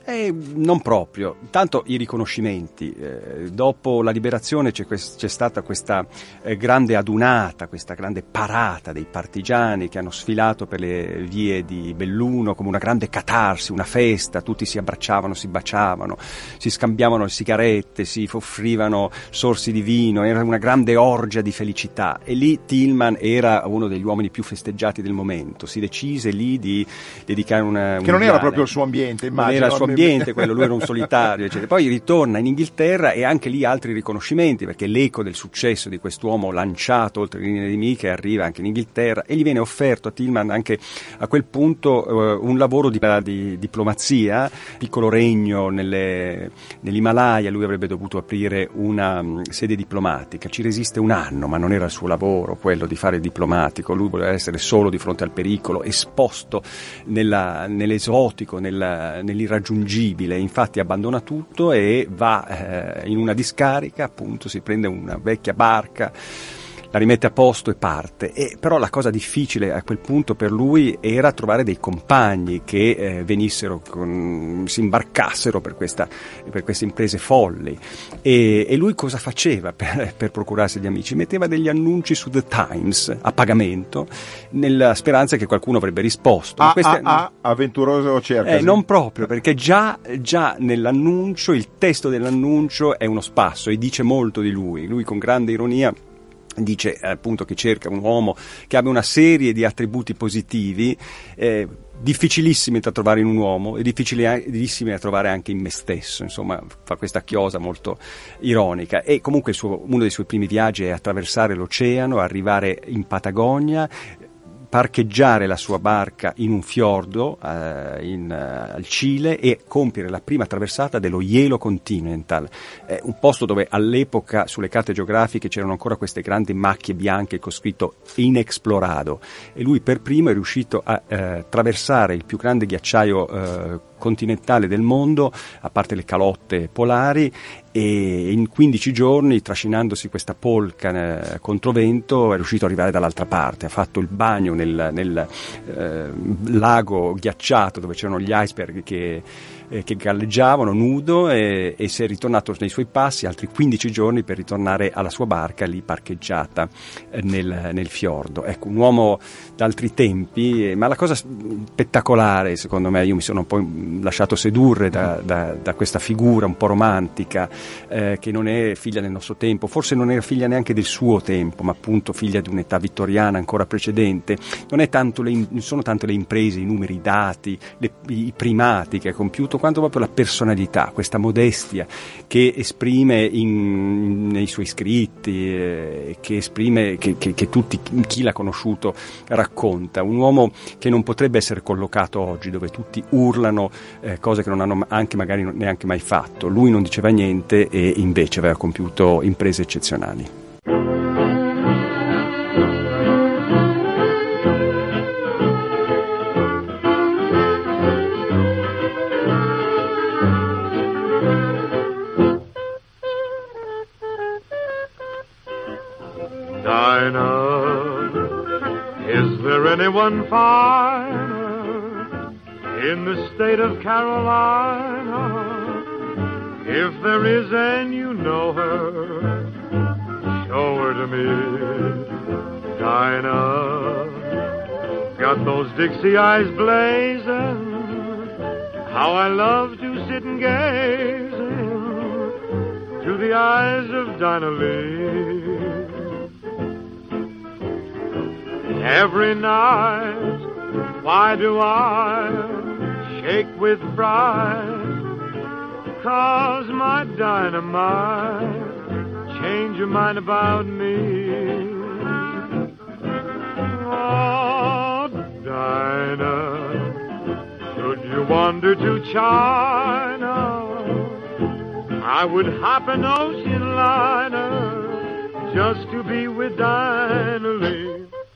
Non proprio, tanto i riconoscimenti, dopo la liberazione c'è stata questa grande adunata, questa grande parata dei partigiani che hanno sfilato per le vie di Belluno come una grande catarsi, una festa, tutti si abbracciavano, si baciavano, si scambiavano le sigarette, si offrivano sorsi di vino, era una grande orgia di felicità, e lì Tillman era uno degli uomini più festeggiati del momento, si decise lì di dedicare che non era proprio il suo ambiente, immagino. Non era il suo ambiente quello, lui era un solitario, eccetera. Poi ritorna in Inghilterra e anche lì altri riconoscimenti, perché l'eco del successo di quest'uomo lanciato oltre le linee nemiche arriva anche in Inghilterra, e gli viene offerto a Tillman anche a quel punto un lavoro di diplomazia, piccolo regno nell'Himalaya. Lui avrebbe dovuto aprire una sede diplomatica, ci resiste un anno, ma non era il suo lavoro quello di fare il diplomatico, lui voleva essere solo di fronte al pericolo, esposto nell'esotico, nell'irraggiungibile, irraggiungibile, infatti abbandona tutto e va in una discarica, appunto si prende una vecchia barca, la rimette a posto e parte. Però la cosa difficile a quel punto per lui era trovare dei compagni che si imbarcassero per queste imprese folli. E lui cosa faceva per procurarsi gli amici? Metteva degli annunci su The Times a pagamento, nella speranza che qualcuno avrebbe risposto. Avventuroso cerca. Non proprio, perché già nell'annuncio, il testo dell'annuncio è uno spasso e dice molto di lui. Lui con grande ironia dice appunto che cerca un uomo che abbia una serie di attributi positivi, difficilissimi da trovare in un uomo e difficilissimi da trovare anche in me stesso. Insomma, fa questa chiosa molto ironica. E comunque uno dei suoi primi viaggi è attraversare l'oceano, arrivare in Patagonia, parcheggiare la sua barca in un fiordo al Cile e compiere la prima traversata dello Yellow Continental, un posto dove all'epoca sulle carte geografiche c'erano ancora queste grandi macchie bianche con scritto inexplorado, e lui per primo è riuscito a attraversare il più grande ghiacciaio continentale del mondo, a parte le calotte polari, e in 15 giorni, trascinandosi questa polca controvento, è riuscito ad arrivare dall'altra parte. Ha fatto il bagno nel lago ghiacciato dove c'erano gli iceberg che galleggiavano nudo, e si è ritornato nei suoi passi altri 15 giorni per ritornare alla sua barca lì parcheggiata nel fiordo. Ecco, un uomo d'altri tempi, ma la cosa spettacolare, secondo me, io mi sono un po' lasciato sedurre da questa figura un po' romantica, che non è figlia del nostro tempo, forse non era figlia neanche del suo tempo, ma appunto figlia di un'età vittoriana ancora precedente. Non sono tanto le imprese, i numeri, i dati, i primati che ha compiuto, quanto proprio la personalità, questa modestia che esprime nei suoi scritti, che esprime, che chi l'ha conosciuto racconta. Un uomo che non potrebbe essere collocato oggi, dove tutti urlano cose che non hanno anche magari neanche mai fatto. Lui non diceva niente e invece aveva compiuto imprese eccezionali. Is there anyone finer in the state of Carolina? If there is and you know her, show her to me. Dinah, got those Dixie eyes blazing, how I love to sit and gaze to the eyes of Dinah Lee. Every night, why do I shake with pride? 'Cause my dynamite change your mind about me. Oh, Dinah, should you wander to China, I would hop an ocean liner just to be with Dinah Lee.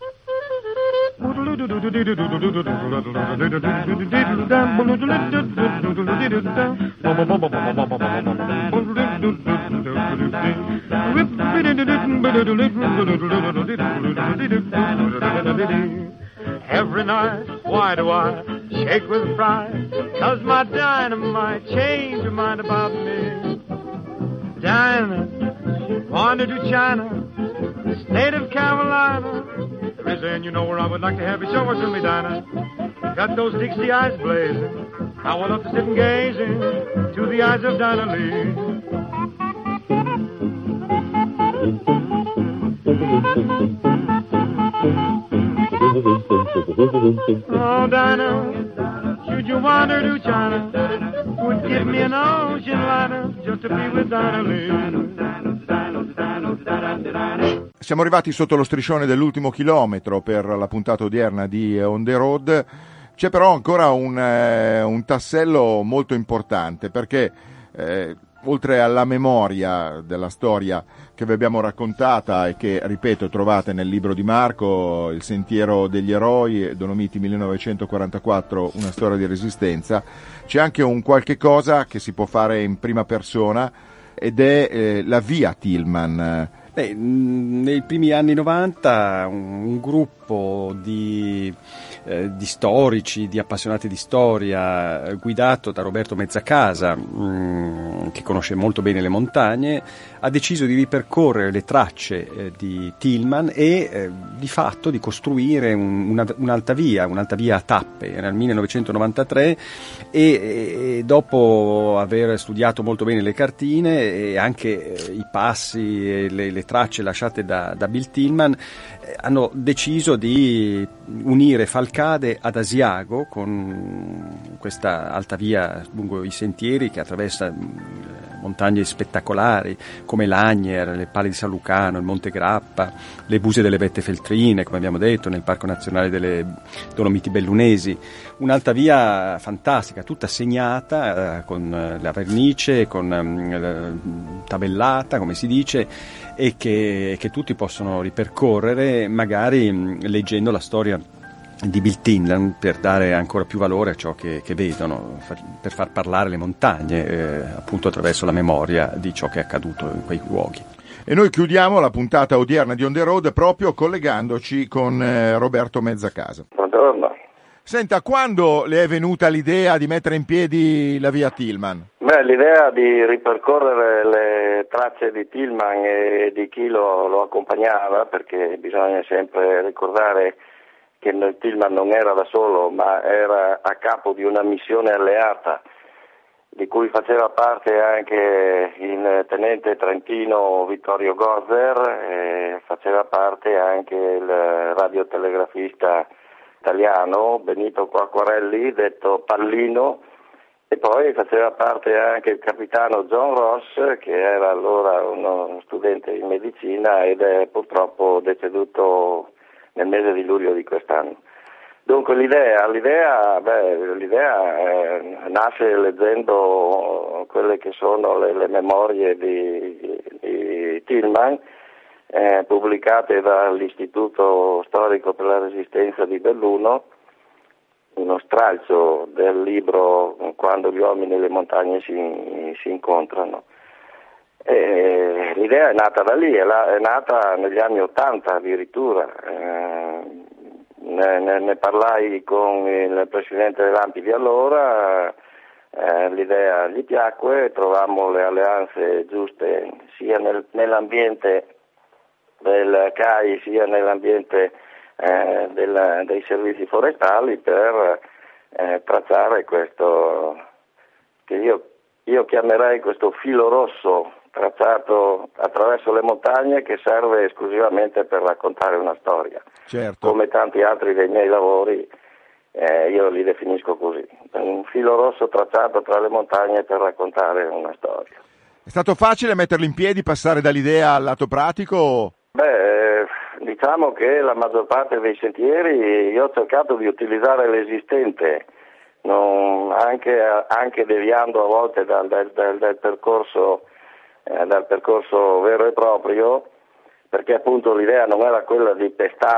Every night, why do I shake with pride? 'Cause my dynamite change your mind about me. Dinah, wander to China, the state of Carolina. And you know where I would like to have you. Show her to me, Dinah. Got those Dixie eyes blazing, how I love to sit and gaze to the eyes of Dinah Lee. Oh, Dinah, should you wander to China, would give me an ocean liner just to be with Dinah Lee. Siamo arrivati sotto lo striscione dell'ultimo chilometro per la puntata odierna di On the Road. C'è però ancora un tassello molto importante, perché oltre alla memoria della storia che vi abbiamo raccontata e che, ripeto, trovate nel libro di Marco, Il sentiero degli eroi, Dolomiti 1944, una storia di resistenza, c'è anche un qualche cosa che si può fare in prima persona ed è la via Tillman. Nei primi anni 90 un gruppo di storici, di appassionati di storia, guidato da Roberto Mezzacasa, che conosce molto bene le montagne, ha deciso di ripercorrere le tracce di Tillman e di fatto di costruire un'alta via a tappe. Era il 1993 e dopo aver studiato molto bene le cartine e anche i passi e le tracce lasciate da Bill Tillman, hanno deciso di unire Falcade ad Asiago con questa alta via lungo i sentieri che attraversa montagne spettacolari come l'Agner, le Pale di San Lucano, il Monte Grappa, le Buse delle Vette Feltrine, come abbiamo detto, nel Parco Nazionale delle Dolomiti Bellunesi. Un'alta via fantastica, tutta segnata con la vernice, con tabellata, come si dice, e che tutti possono ripercorrere, magari leggendo la storia di Bill Tillman per dare ancora più valore a ciò che vedono, per far parlare le montagne, appunto attraverso la memoria di ciò che è accaduto in quei luoghi. E noi chiudiamo la puntata odierna di On The Road proprio collegandoci con Roberto Mezzacasa. Buongiorno. Senta, quando le è venuta l'idea di mettere in piedi la via Tillman? L'idea di ripercorrere le tracce di Tillman e di chi lo accompagnava, perché bisogna sempre ricordare che Tillman non era da solo, ma era a capo di una missione alleata, di cui faceva parte anche il tenente trentino Vittorio Gozer, e faceva parte anche il radiotelegrafista italiano Benito Quacquarelli, detto Pallino, e poi faceva parte anche il capitano John Ross, che era allora uno studente in medicina ed è purtroppo deceduto nel mese di luglio di quest'anno. Dunque l'idea nasce leggendo quelle che sono le memorie di Tillman, pubblicate dall'Istituto Storico per la Resistenza di Belluno, uno stralcio del libro Quando gli uomini e le montagne si incontrano. L'idea è nata da lì, è nata negli anni '80 addirittura. Ne parlai con il presidente dell'ANPI di allora, l'idea gli piacque, trovammo le alleanze giuste sia nell'ambiente del CAI sia nell'ambiente dei servizi forestali per tracciare questo che io chiamerei questo filo rosso tracciato attraverso le montagne, che serve esclusivamente per raccontare una storia. Certo. Come tanti altri dei miei lavori, io li definisco così, un filo rosso tracciato tra le montagne per raccontare una storia. È stato facile metterlo in piedi, passare dall'idea al lato pratico? Diciamo che la maggior parte dei sentieri io ho cercato di utilizzare l'esistente, anche deviando a volte dal percorso vero e proprio, perché appunto l'idea non era quella di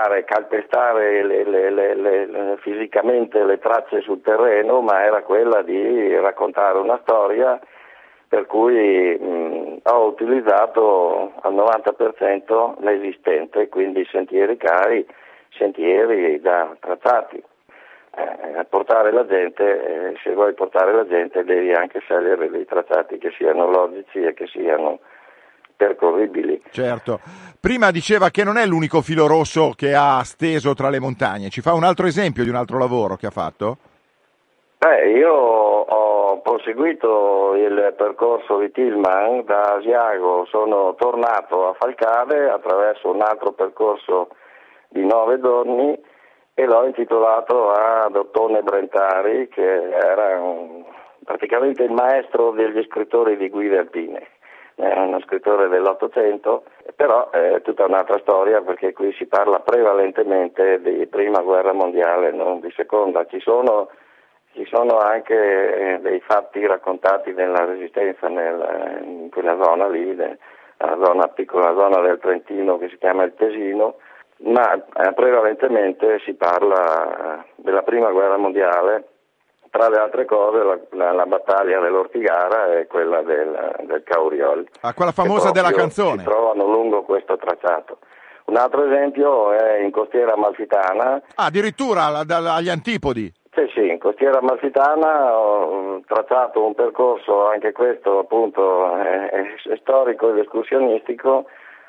calpestare fisicamente le tracce sul terreno, ma era quella di raccontare una storia, per cui ho utilizzato al 90% l'esistente, quindi sentieri CAI, sentieri da tracciati. Portare la gente, se vuoi portare la gente devi anche scegliere dei tracciati che siano logici e che siano percorribili. Certo. Prima diceva che non è l'unico filo rosso che ha steso tra le montagne. Ci fa un altro esempio di un altro lavoro che ha fatto? Io ho proseguito il percorso di Tillman da Asiago, sono tornato a Falcade attraverso un altro percorso di 9 giorni e l'ho intitolato ad Ottone Brentari, che era praticamente il maestro degli scrittori di guide alpine. È uno scrittore dell'Ottocento, però è tutta un'altra storia, perché qui si parla prevalentemente di prima guerra mondiale, non di seconda. Ci ci sono anche dei fatti raccontati nella Resistenza in quella zona lì, la piccola zona del Trentino che si chiama il Tesino, ma prevalentemente si parla della prima guerra mondiale, tra le altre cose la battaglia dell'Ortigara e quella del Cauriol. Quella famosa della canzone. Si trovano lungo questo tracciato. Un altro esempio è in Costiera Amalfitana. Addirittura agli antipodi. Sì, in Costiera Amalfitana ho tracciato un percorso, anche questo appunto è storico ed escursionistico,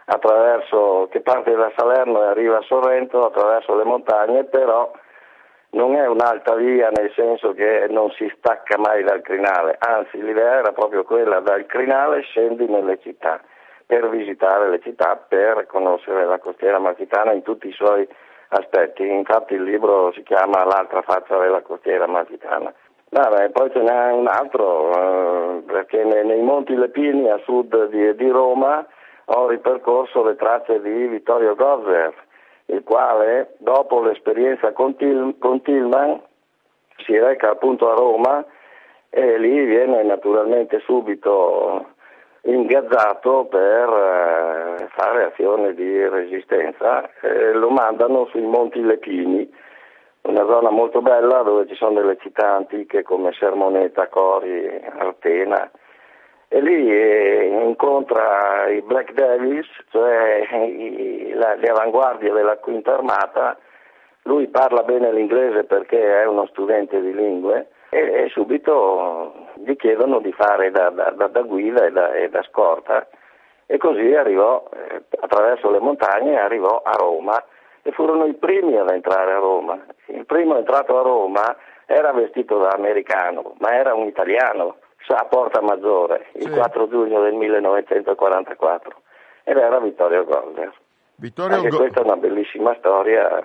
che parte da Salerno e arriva a Sorrento attraverso le montagne, però non è un'alta via nel senso che non si stacca mai dal crinale, anzi l'idea era proprio quella: dal crinale scendi nelle città per visitare le città, per conoscere la Costiera Amalfitana in tutti i suoi aspetti. Infatti il libro si chiama L'altra faccia della Costiera Amalfitana. Poi ce n'è un altro, perché nei Monti Lepini a sud di Roma ho ripercorso le tracce di Vittorio Gozzer, il quale dopo l'esperienza con Tillman si reca appunto a Roma e lì viene naturalmente subito ingaggiato per fare azione di resistenza. Lo mandano sui Monti Lepini, una zona molto bella dove ci sono delle città antiche come Sermoneta, Cori, Artena, e lì incontra i Black Devils, cioè le avanguardie della Quinta Armata. Lui parla bene l'inglese perché è uno studente di lingue e subito gli chiedono di fare da guida e da scorta, e così arrivò attraverso le montagne, arrivò a Roma e furono i primi ad entrare a Roma. Il primo entrato a Roma era vestito da americano, ma era un italiano, a Porta Maggiore, il 4 giugno del 1944, ed era Vittorio Gozzer. Questa è una bellissima storia,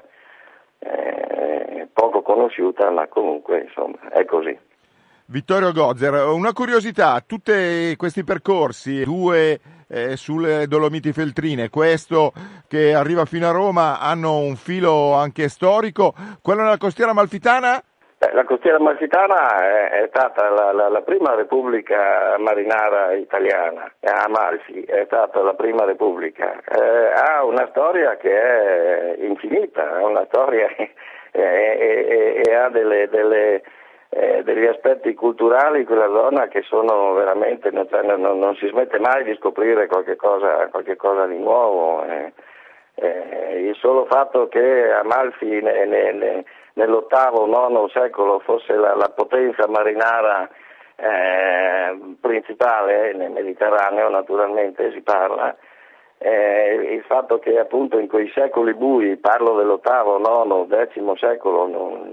poco conosciuta, ma comunque insomma è così. Vittorio Gozzer, una curiosità: tutti questi percorsi, due sulle Dolomiti Feltrine, questo che arriva fino a Roma, hanno un filo anche storico. Quello nella Costiera Amalfitana? La Costiera Amalfitana è stata la prima repubblica marinara italiana, Amalfi è stata la prima repubblica, ha una storia che è infinita, ha una storia e ha degli aspetti culturali quella zona che sono veramente, non si smette mai di scoprire qualche cosa di nuovo. Il solo fatto che Amalfi nell'VIII, IX secolo fosse la potenza marinara principale nel Mediterraneo, naturalmente si parla, il fatto che appunto in quei secoli bui, parlo dell'VIII, IX, X secolo,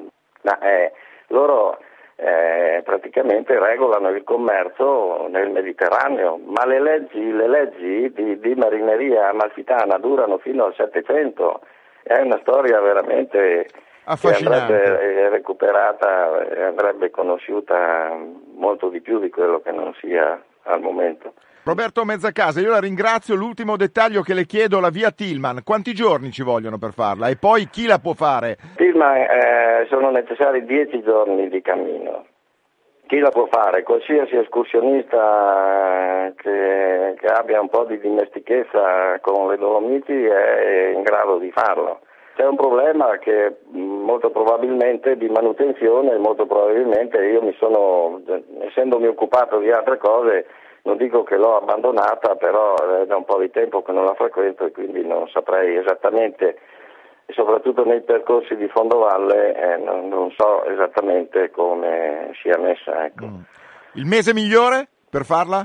loro praticamente regolano il commercio nel Mediterraneo, ma le leggi di marineria amalfitana durano fino al Settecento. È una storia veramente affascinante, che andrebbe recuperata e andrebbe conosciuta molto di più di quello che non sia al momento. Roberto Mezzacasa, io la ringrazio. L'ultimo dettaglio che le chiedo: la via Tillman, quanti giorni ci vogliono per farla e poi chi la può fare? Tillman sono necessari 10 giorni di cammino. Chi la può fare? Qualsiasi escursionista che abbia un po' di dimestichezza con le Dolomiti è in grado di farlo. C'è un problema che molto probabilmente di manutenzione, molto probabilmente io essendomi occupato di altre cose, non dico che l'ho abbandonata, però è da un po' di tempo che non la frequento e quindi non saprei esattamente, e soprattutto nei percorsi di fondovalle non so esattamente come sia messa. Ecco. Il mese migliore per farla?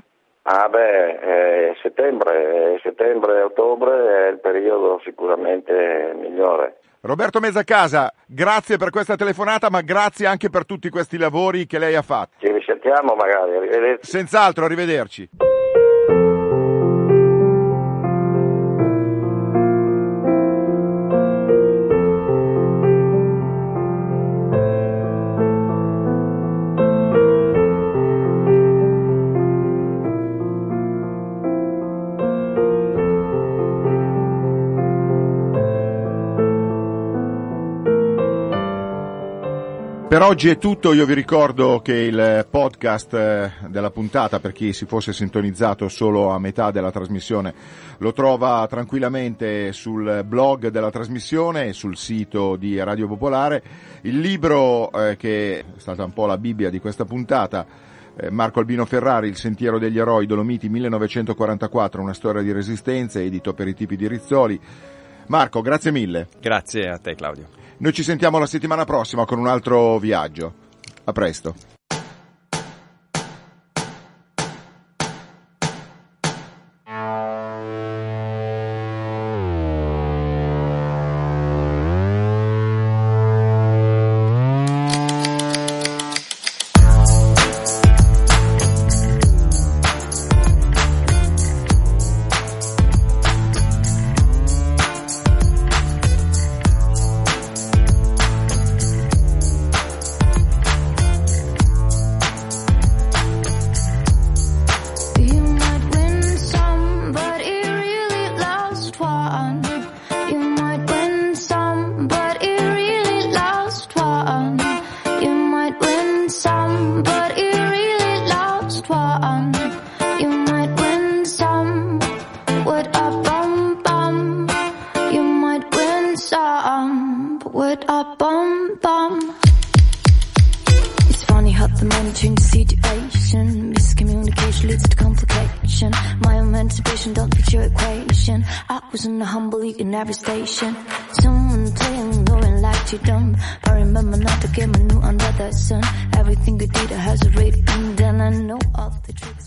Settembre-ottobre è il periodo sicuramente migliore. Roberto Mezzacasa, grazie per questa telefonata, ma grazie anche per tutti questi lavori che lei ha fatto. Ci risentiamo magari, arrivederci. Senz'altro, arrivederci. Per oggi è tutto, io vi ricordo che il podcast della puntata, per chi si fosse sintonizzato solo a metà della trasmissione, lo trova tranquillamente sul blog della trasmissione e sul sito di Radio Popolare. Il libro che è stata un po' la Bibbia di questa puntata, Marco Albino Ferrari, Il sentiero degli eroi, Dolomiti 1944, una storia di resistenza, edito per i tipi di Rizzoli. Marco, grazie mille. Grazie a te, Claudio. Noi ci sentiamo la settimana prossima con un altro viaggio. A presto. Every station, someone playing low and like you dumb. I remember not to get my new under the sun. Everything you did has a rate, and then I know all the tricks.